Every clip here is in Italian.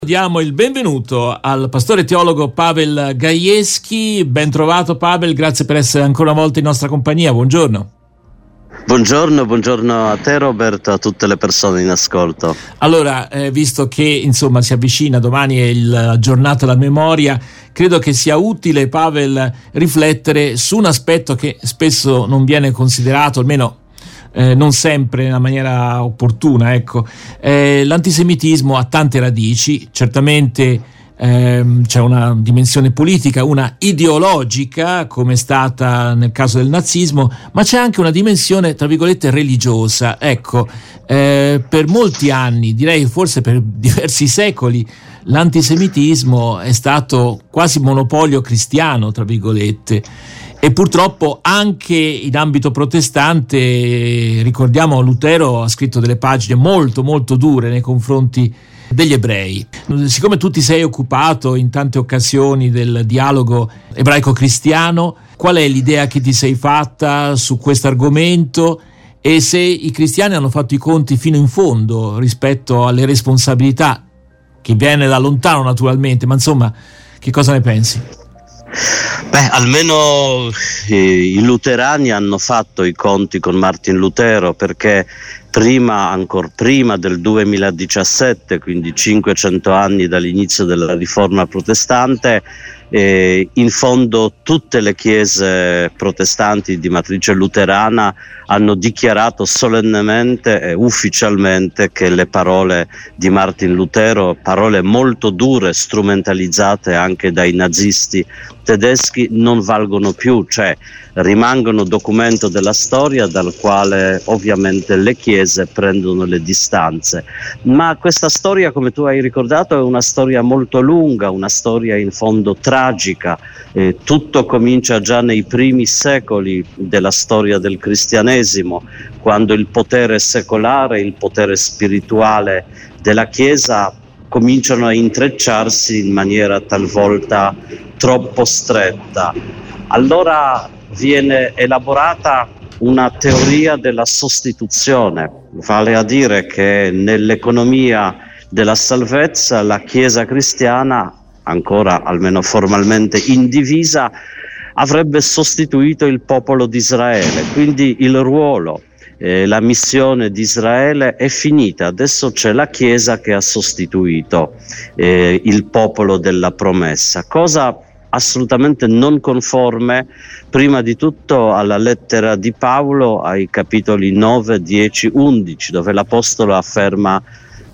Diamo il benvenuto al pastore teologo Pavel Gajewski. Ben trovato Pavel, grazie per essere ancora una volta in nostra compagnia, buongiorno. Buongiorno a te Roberto, a tutte le persone in ascolto. Allora, visto che insomma si avvicina, domani è la giornata della memoria, credo che sia utile, Pavel, riflettere su un aspetto che spesso non viene considerato, almeno non sempre nella maniera opportuna, ecco. L'antisemitismo ha tante radici, certamente c'è una dimensione politica, una ideologica, come è stata nel caso del nazismo, ma c'è anche una dimensione, tra virgolette, religiosa. Ecco, per molti anni, direi forse per diversi secoli, l'antisemitismo è stato quasi monopolio cristiano, tra virgolette. E purtroppo anche in ambito protestante, ricordiamo, Lutero ha scritto delle pagine molto molto dure nei confronti degli ebrei. Siccome tu ti sei occupato in tante occasioni del dialogo ebraico-cristiano, qual è l'idea che ti sei fatta su questo argomento e se i cristiani hanno fatto i conti fino in fondo rispetto alle responsabilità, che viene da lontano naturalmente, ma insomma, che cosa ne pensi? Beh, almeno i luterani hanno fatto i conti con Martin Lutero, perché ancora prima del 2017, quindi 500 anni dall'inizio della riforma protestante, in fondo tutte le chiese protestanti di matrice luterana hanno dichiarato solennemente e ufficialmente che le parole di Martin Lutero, parole molto dure, strumentalizzate anche dai nazisti tedeschi, non valgono più, cioè rimangono documento della storia dal quale ovviamente le chiese prendono le distanze. Ma questa storia, come tu hai ricordato, è una storia molto lunga, una storia in fondo tragica. Tutto comincia già nei primi secoli della storia del cristianesimo, quando il potere secolare, il potere spirituale della Chiesa cominciano a intrecciarsi in maniera talvolta troppo stretta. Allora viene elaborata una teoria della sostituzione, vale a dire che nell'economia della salvezza la Chiesa cristiana, ancora almeno formalmente indivisa, avrebbe sostituito il popolo di Israele, quindi il ruolo, la missione di Israele è finita, adesso c'è la Chiesa che ha sostituito il popolo della promessa, cosa assolutamente non conforme prima di tutto alla lettera di Paolo ai capitoli 9, 10, 11, dove l'Apostolo afferma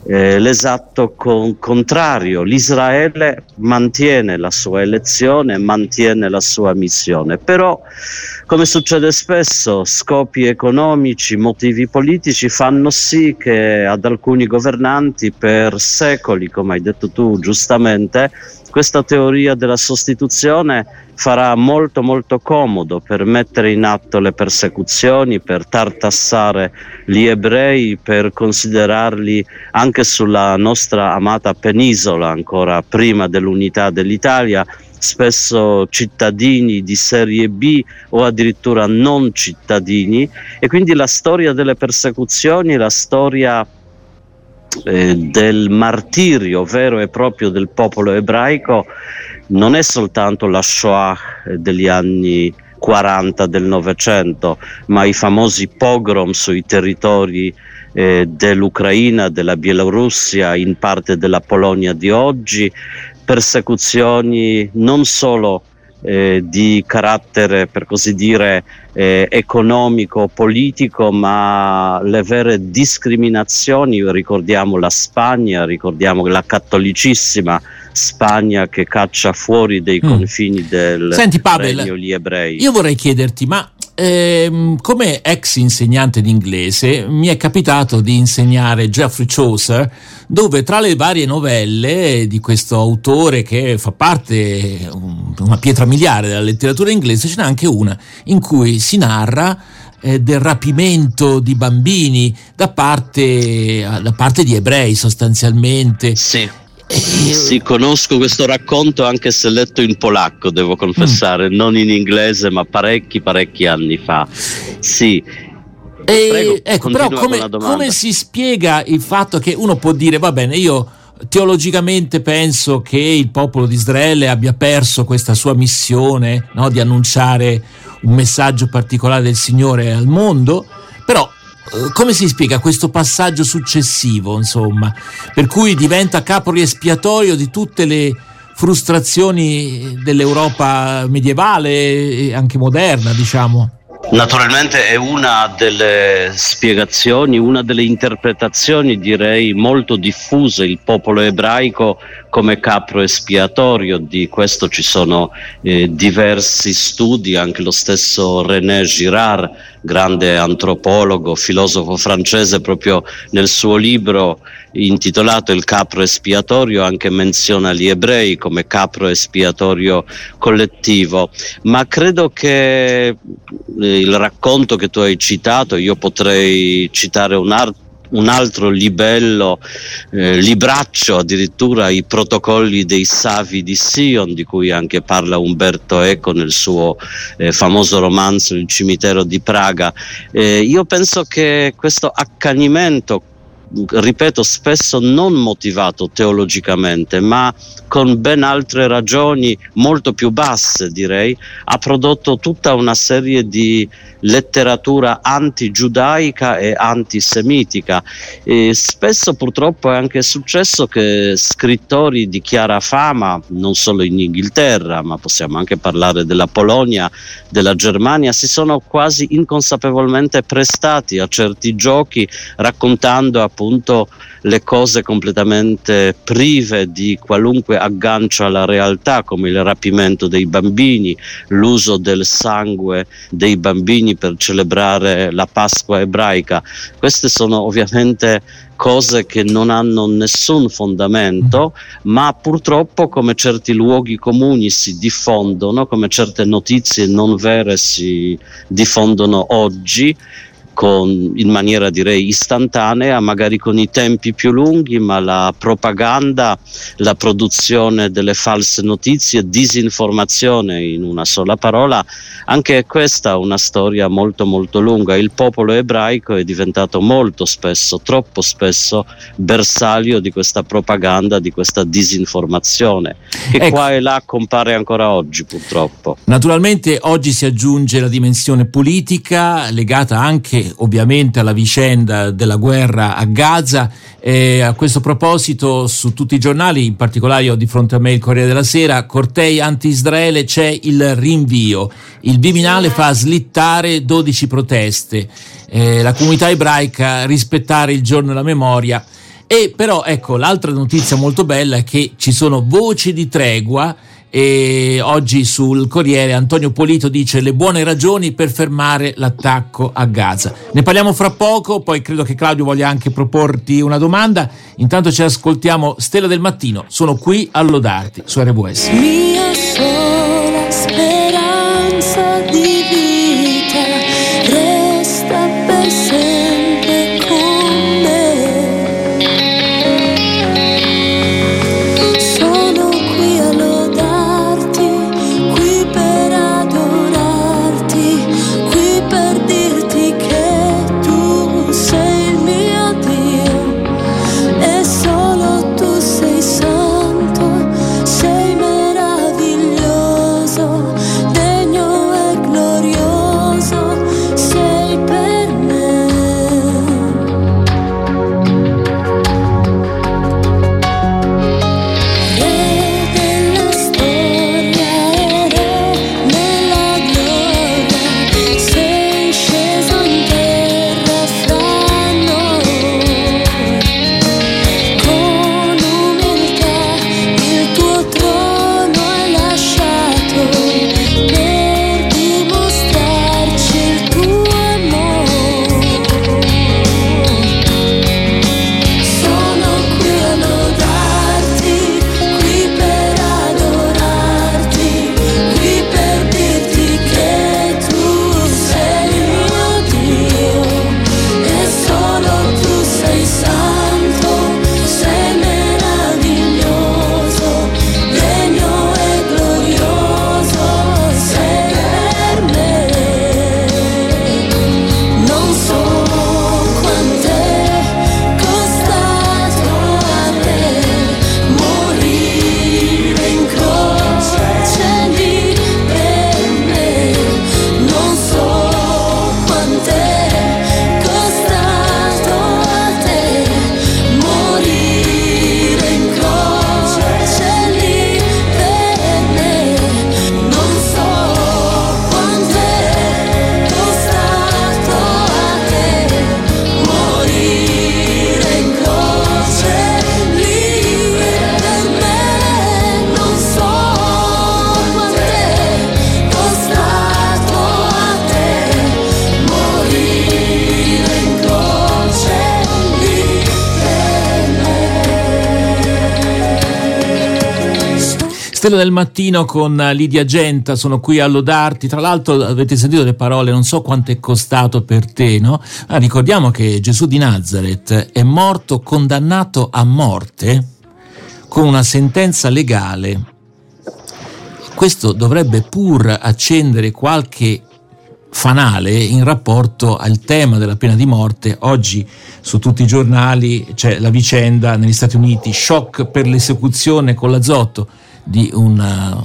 l'esatto contrario. L'Israele mantiene la sua elezione, mantiene la sua missione, però come succede spesso, scopi economici, motivi politici fanno sì che ad alcuni governanti per secoli, come hai detto tu giustamente, questa teoria della sostituzione farà molto molto comodo per mettere in atto le persecuzioni, per tartassare gli ebrei, per considerarli anche sulla nostra amata penisola, ancora prima dell'unità dell'Italia, spesso cittadini di serie B o addirittura non cittadini, e quindi la storia delle persecuzioni, la storia del martirio vero e proprio del popolo ebraico non è soltanto la Shoah degli anni 40 del Novecento, ma i famosi pogrom sui territori dell'Ucraina, della Bielorussia, in parte della Polonia di oggi, persecuzioni non solo di carattere, per così dire, economico, politico, ma le vere discriminazioni. Ricordiamo la Spagna, ricordiamo la cattolicissima Spagna che caccia fuori dei confini del regno gli ebrei. Io vorrei chiederti, ma come ex insegnante di inglese mi è capitato di insegnare Geoffrey Chaucer, dove tra le varie novelle di questo autore che fa parte una pietra miliare della letteratura inglese, ce n'è anche una in cui si narra del rapimento di bambini da parte di ebrei sostanzialmente. Sì, conosco questo racconto, anche se letto in polacco, devo confessare, non in inglese, ma parecchi anni fa. Sì. Prego, ecco, però come si spiega il fatto che uno può dire va bene, io teologicamente penso che il popolo di Israele abbia perso questa sua missione, no, di annunciare un messaggio particolare del Signore al mondo, però come si spiega questo passaggio successivo, insomma, per cui diventa capro espiatorio di tutte le frustrazioni dell'Europa medievale e anche moderna, diciamo? Naturalmente è una delle spiegazioni, una delle interpretazioni, direi, molto diffuse, il popolo ebraico come capro espiatorio. Di questo ci sono diversi studi, anche lo stesso René Girard, grande antropologo, filosofo francese, proprio nel suo libro intitolato Il capro espiatorio anche menziona gli ebrei come capro espiatorio collettivo, ma credo che il racconto che tu hai citato, io potrei citare un altro livello, libraccio, addirittura i protocolli dei Savi di Sion, di cui anche parla Umberto Eco nel suo famoso romanzo Il cimitero di Praga. Io penso che questo accanimento, ripeto, spesso non motivato teologicamente, ma con ben altre ragioni molto più basse, direi, ha prodotto tutta una serie di letteratura antigiudaica e antisemitica. E spesso purtroppo è anche successo che scrittori di chiara fama, non solo in Inghilterra, ma possiamo anche parlare della Polonia, della Germania, si sono quasi inconsapevolmente prestati a certi giochi, raccontando appunto le cose completamente prive di qualunque aggancio alla realtà, come il rapimento dei bambini, l'uso del sangue dei bambini per celebrare la Pasqua ebraica. Queste sono ovviamente cose che non hanno nessun fondamento, ma purtroppo, come certi luoghi comuni si diffondono, come certe notizie non vere si diffondono oggi, in maniera direi istantanea, magari con i tempi più lunghi, ma la propaganda, la produzione delle false notizie, disinformazione in una sola parola, anche questa è una storia molto molto lunga. Il popolo ebraico è diventato molto spesso, troppo spesso, bersaglio di questa propaganda, di questa disinformazione, che qua e là compare ancora oggi purtroppo. Naturalmente oggi si aggiunge la dimensione politica legata anche ovviamente alla vicenda della guerra a Gaza. A questo proposito su tutti i giornali, in particolare io ho di fronte a me il Corriere della Sera, cortei anti-Israele, c'è il rinvio, il Viminale fa slittare 12 proteste, la comunità ebraica rispettare il giorno della memoria. E però ecco, l'altra notizia molto bella è che ci sono voci di tregua. E oggi sul Corriere Antonio Polito dice le buone ragioni per fermare l'attacco a Gaza. Ne parliamo fra poco, poi credo che Claudio voglia anche proporti una domanda. Intanto ci ascoltiamo Stella del Mattino, sono qui a lodarti su RWS. Mia sola speranza di vita resta per sempre con me. Sono qui a lodarti, qui per adorarti, qui per dirti che tu sei il mio Dio e solo tu sei santo, sei meraviglioso. Stella del Mattino con Lidia Genta, sono qui a lodarti. Tra l'altro avete sentito le parole, non so quanto è costato per te, no? Ricordiamo che Gesù di Nazareth è morto condannato a morte con una sentenza legale. Questo dovrebbe pur accendere qualche fanale in rapporto al tema della pena di morte. Oggi su tutti i giornali c'è la vicenda negli Stati Uniti, shock per l'esecuzione con l'azoto di un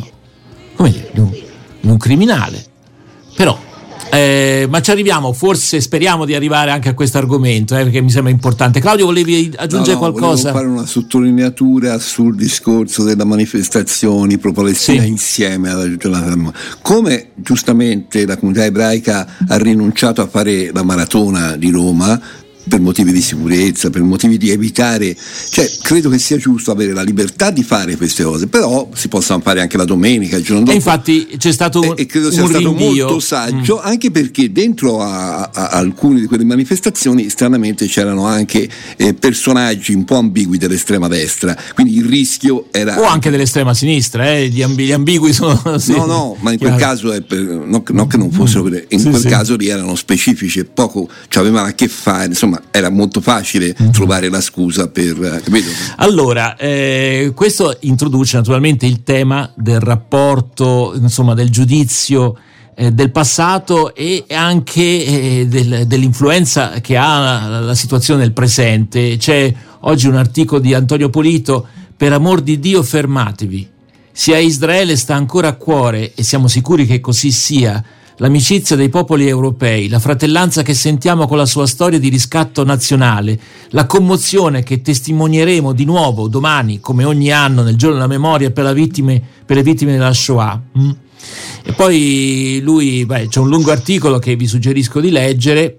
criminale. Però ma ci arriviamo, forse speriamo di arrivare anche a questo argomento, perché mi sembra importante. Claudio, volevi aggiungere qualcosa? Volevo fare una sottolineatura sul discorso della manifestazioni pro-Palestina, sì, insieme alla giornata. Come giustamente la comunità ebraica ha rinunciato a fare la maratona di Roma per motivi di sicurezza, per motivi di evitare, cioè credo che sia giusto avere la libertà di fare queste cose, però si possono fare anche la domenica, il giorno dopo. E infatti c'è stato e credo sia stato molto saggio, anche perché dentro a alcune di quelle manifestazioni stranamente c'erano anche personaggi un po' ambigui dell'estrema destra, quindi il rischio era o anche dell'estrema sinistra, gli ambigui sono sì, no, ma in quel caso non che non fossero in quel caso lì erano specifici e poco avevano a che fare, insomma era molto facile trovare la scusa per, capito? Allora, questo introduce naturalmente il tema del rapporto, insomma, del giudizio del passato e anche dell'influenza che ha la situazione del presente. C'è oggi un articolo di Antonio Polito: per amor di Dio fermatevi, se a Israele sta ancora a cuore, e siamo sicuri che così sia, l'amicizia dei popoli europei, la fratellanza che sentiamo con la sua storia di riscatto nazionale, la commozione che testimonieremo di nuovo domani, come ogni anno, nel giorno della memoria per le vittime della Shoah. E poi lui, c'è un lungo articolo che vi suggerisco di leggere,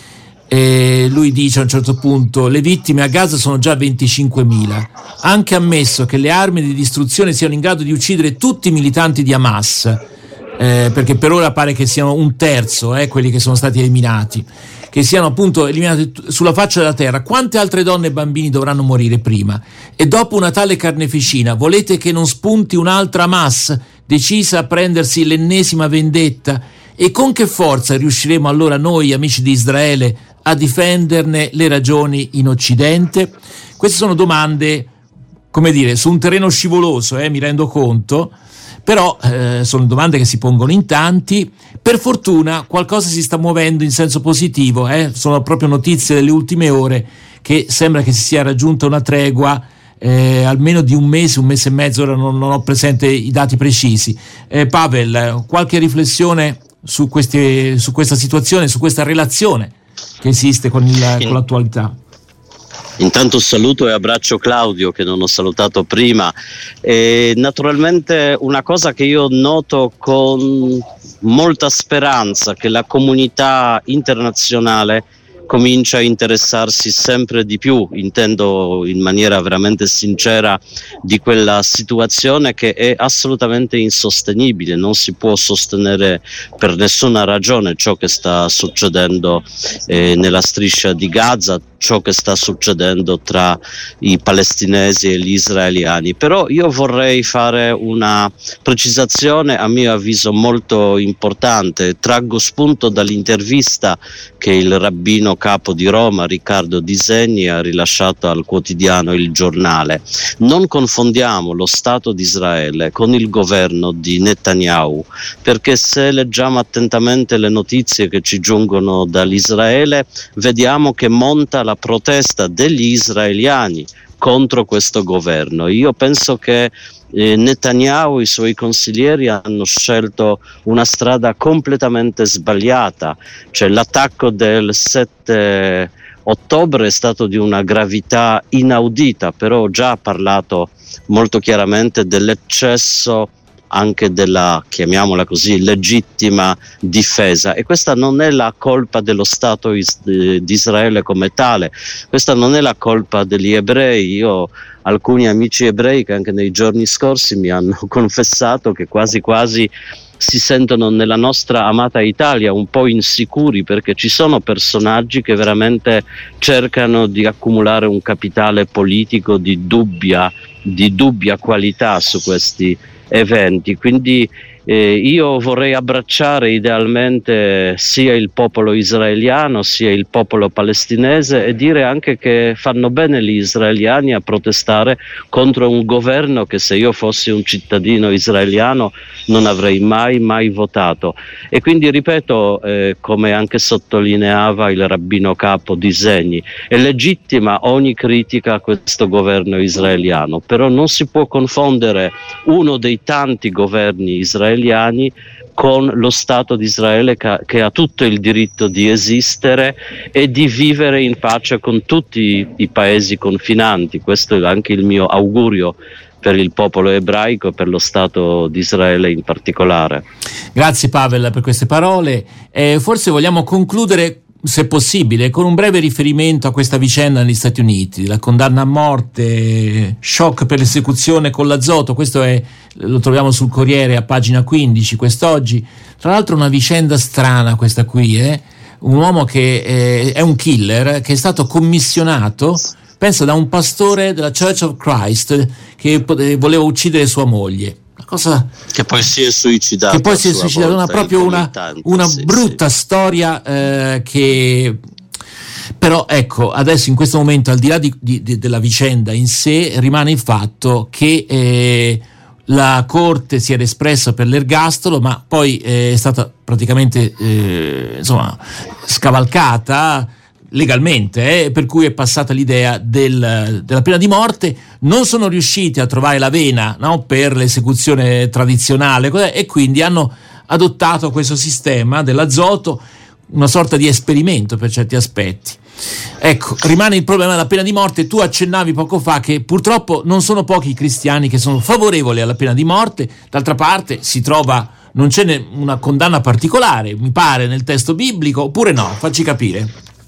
e lui dice a un certo punto: le vittime a Gaza sono già 25.000, anche ammesso che le armi di distruzione siano in grado di uccidere tutti i militanti di Hamas, perché per ora pare che siano un terzo quelli che sono stati eliminati, che siano appunto eliminati sulla faccia della terra. Quante altre donne e bambini dovranno morire prima? E dopo una tale carneficina volete che non spunti un'altra Hamas decisa a prendersi l'ennesima vendetta? E con che forza riusciremo allora noi, amici di Israele, a difenderne le ragioni in Occidente? Queste sono domande, come dire, su un terreno scivoloso, mi rendo conto, però sono domande che si pongono in tanti. Per fortuna qualcosa si sta muovendo in senso positivo, sono proprio notizie delle ultime ore che sembra che si sia raggiunta una tregua almeno di un mese e mezzo, ora non ho presente i dati precisi. Pavel, qualche riflessione su questa situazione, su questa relazione che esiste con l'attualità? Intanto saluto e abbraccio Claudio, che non ho salutato prima, e naturalmente una cosa che io noto con molta speranza, che la comunità internazionale comincia a interessarsi sempre di più, intendo in maniera veramente sincera, di quella situazione che è assolutamente insostenibile. Non si può sostenere per nessuna ragione ciò che sta succedendo nella striscia di Gaza, ciò che sta succedendo tra i palestinesi e gli israeliani. Però io vorrei fare una precisazione a mio avviso molto importante. Traggo spunto dall'intervista che il rabbino capo di Roma, Riccardo Di Segni, ha rilasciato al quotidiano Il Giornale. Non confondiamo lo Stato di Israele con il governo di Netanyahu, perché se leggiamo attentamente le notizie che ci giungono dall'Israele, vediamo che monta la protesta degli israeliani contro questo governo. Io penso che Netanyahu e i suoi consiglieri hanno scelto una strada completamente sbagliata. Cioè, l'attacco del 7 ottobre è stato di una gravità inaudita, però ho già parlato molto chiaramente dell'eccesso anche della, chiamiamola così, legittima difesa, e questa non è la colpa dello Stato di Israele come tale, questa non è la colpa degli ebrei. Io ho alcuni amici ebrei che anche nei giorni scorsi mi hanno confessato che quasi quasi si sentono nella nostra amata Italia un po' insicuri, perché ci sono personaggi che veramente cercano di accumulare un capitale politico di dubbia qualità su questi eventi. Quindi io vorrei abbracciare idealmente sia il popolo israeliano sia il popolo palestinese e dire anche che fanno bene gli israeliani a protestare contro un governo che, se io fossi un cittadino israeliano, non avrei mai votato. E quindi ripeto, come anche sottolineava il rabbino capo Disegni, è legittima ogni critica a questo governo israeliano, però non si può confondere uno dei tanti governi israeliani con lo Stato di Israele che ha tutto il diritto di esistere e di vivere in pace con tutti i paesi confinanti. Questo è anche il mio augurio per il popolo ebraico e per lo Stato di Israele in particolare. Grazie Pavel per queste parole. Forse vogliamo concludere, se possibile, con un breve riferimento a questa vicenda negli Stati Uniti, la condanna a morte, shock per l'esecuzione con l'azoto. Questo lo troviamo sul Corriere a pagina 15 quest'oggi. Tra l'altro una vicenda strana questa qui, un uomo che è un killer, che è stato commissionato, pensa, da un pastore della Church of Christ che voleva uccidere sua moglie. Una cosa che poi si è suicidato. Una brutta storia che però, ecco, adesso in questo momento, al di là della vicenda in sé, rimane il fatto che la Corte si era espressa per l'ergastolo, ma poi è stata praticamente scavalcata legalmente, per cui è passata l'idea della pena di morte. Non sono riusciti a trovare la vena, no, per l'esecuzione tradizionale, e quindi hanno adottato questo sistema dell'azoto, una sorta di esperimento per certi aspetti. Ecco, rimane il problema della pena di morte. Tu accennavi poco fa che purtroppo non sono pochi i cristiani che sono favorevoli alla pena di morte. D'altra parte non c'è una condanna particolare, mi pare, nel testo biblico, oppure no? Facci capire.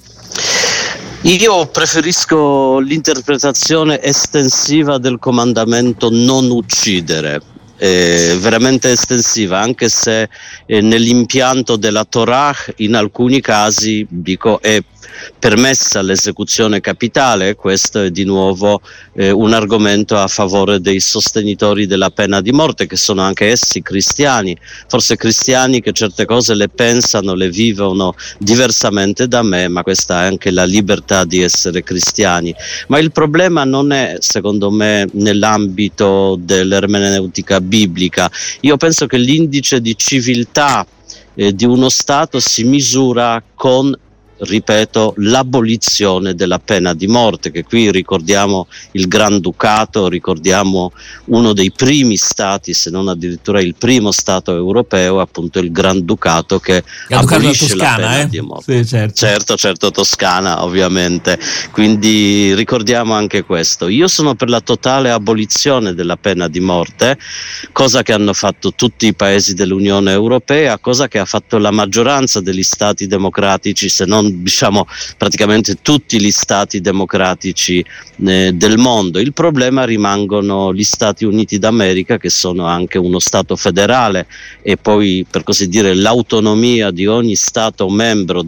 Io preferisco l'interpretazione estensiva del comandamento non uccidere, veramente estensiva, anche se nell'impianto della Torah in alcuni casi, è permessa l'esecuzione capitale. Questo è di nuovo un argomento a favore dei sostenitori della pena di morte, che sono anche essi cristiani, forse cristiani che certe cose le pensano, le vivono diversamente da me, ma questa è anche la libertà di essere cristiani. Ma il problema non è, secondo me, nell'ambito dell'ermeneutica biblica. Io penso che l'indice di civiltà di uno Stato si misura con, ripeto, l'abolizione della pena di morte, che qui ricordiamo il Granducato, ricordiamo uno dei primi stati, se non addirittura il primo stato europeo, appunto il Granducato, che abolisce Toscana, la pena di morte. Sì, certo, Toscana ovviamente, quindi ricordiamo anche questo. Io sono per la totale abolizione della pena di morte, cosa che hanno fatto tutti i paesi dell'Unione Europea, cosa che ha fatto la maggioranza degli stati democratici, se non praticamente tutti gli stati democratici del mondo. Il problema rimangono gli Stati Uniti d'America, che sono anche uno stato federale, e poi, per così dire, l'autonomia di ogni stato membro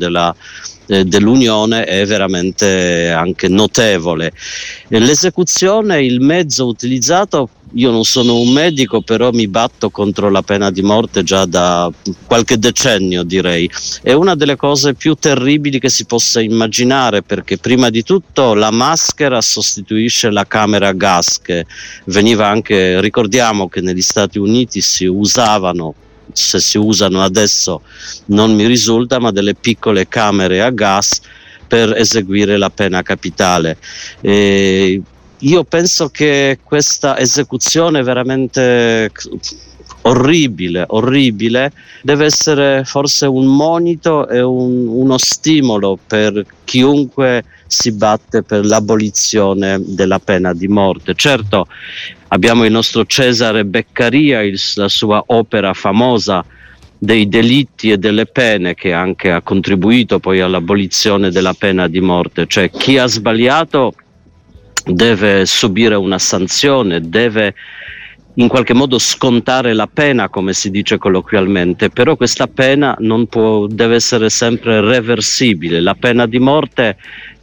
dell'Unione è veramente anche notevole. L'esecuzione, il mezzo utilizzato, io non sono un medico, però mi batto contro la pena di morte già da qualche decennio, direi. È una delle cose più terribili che si possa immaginare, perché prima di tutto la maschera sostituisce la camera a gas, che veniva anche, ricordiamo che negli Stati Uniti si usavano, se si usano adesso non mi risulta, ma delle piccole camere a gas per eseguire la pena capitale. Io penso che questa esecuzione veramente orribile deve essere forse un monito e uno stimolo per chiunque si batte per l'abolizione della pena di morte. Certo, abbiamo il nostro Cesare Beccaria, la sua opera famosa dei delitti e delle pene, che anche ha contribuito poi all'abolizione della pena di morte. Cioè, chi ha sbagliato deve subire una sanzione, deve in qualche modo scontare la pena, come si dice colloquialmente, però questa pena deve essere sempre reversibile. La pena di morte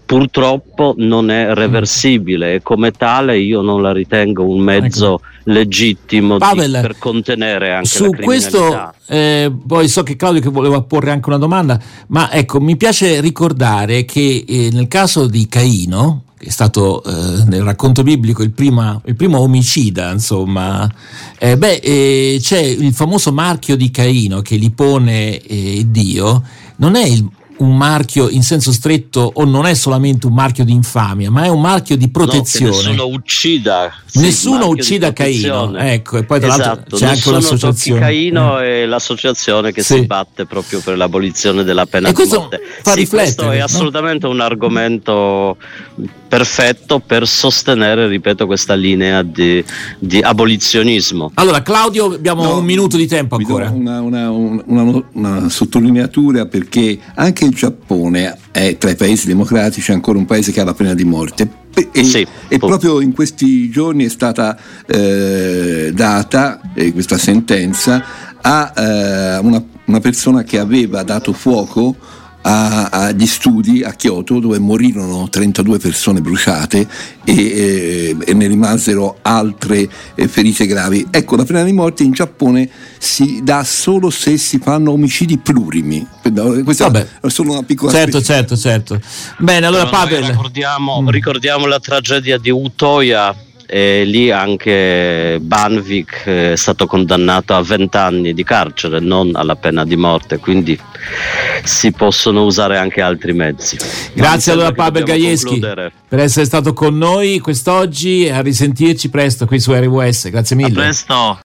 purtroppo non è reversibile e come tale io non la ritengo un mezzo legittimo per contenere anche su la criminalità. Questo poi so che Claudio che voleva porre anche una domanda, ma ecco, mi piace ricordare che nel caso di Caino, che è stato nel racconto biblico il primo omicida, insomma, c'è il famoso marchio di Caino che gli pone Dio. Non è un marchio in senso stretto, o non è solamente un marchio di infamia, ma è un marchio di protezione. No, che nessuno uccida Caino, ecco, e poi tra l'altro c'è anche un'associazione Caino è l'associazione che si batte proprio per l'abolizione della pena di morte. Questo è assolutamente un argomento perfetto per sostenere, ripeto, questa linea di abolizionismo. Allora Claudio, abbiamo un minuto di tempo ancora. Una sottolineatura, perché anche il Giappone è tra i paesi democratici ancora un paese che ha la pena di morte. E proprio in questi giorni è stata data questa sentenza a una persona che aveva dato fuoco agli studi a Kyoto, dove morirono 32 persone bruciate e ne rimasero altre ferite gravi. Ecco, la pena di morte in Giappone si dà solo se si fanno omicidi plurimi. Questa è solo una piccola certo. Bene, allora Pavel, ricordiamo la tragedia di Utoya. E lì anche Banvik è stato condannato a 20 anni di carcere, non alla pena di morte, quindi si possono usare anche altri mezzi. Grazie allora Pavel Gajewski per essere stato con noi quest'oggi, a risentirci presto qui su RWS, grazie mille. A presto.